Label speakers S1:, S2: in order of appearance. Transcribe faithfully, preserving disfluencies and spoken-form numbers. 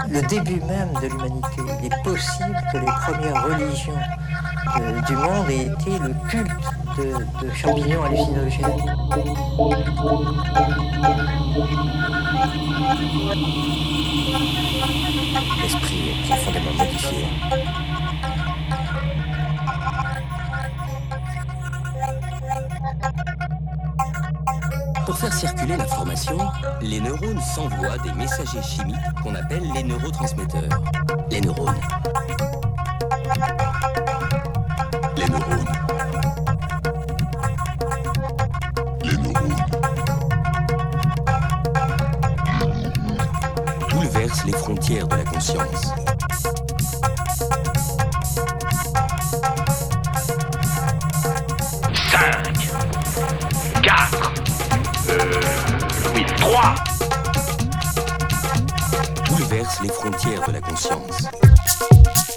S1: le début même de l'humanité. Il est possible que les premières religions euh, du monde aient été le culte de, de champignons hallucinogènes.
S2: L'esprit est profondément modifié. Pour faire circuler l'information, les neurones s'envoient des messagers chimiques qu'on appelle les neurotransmetteurs. Les neurones. Les neurones. Les neurones. Bouleversent les frontières de la conscience.
S3: cinq, quatre, euh, oui, trois.
S2: Bouleverse les frontières de la conscience.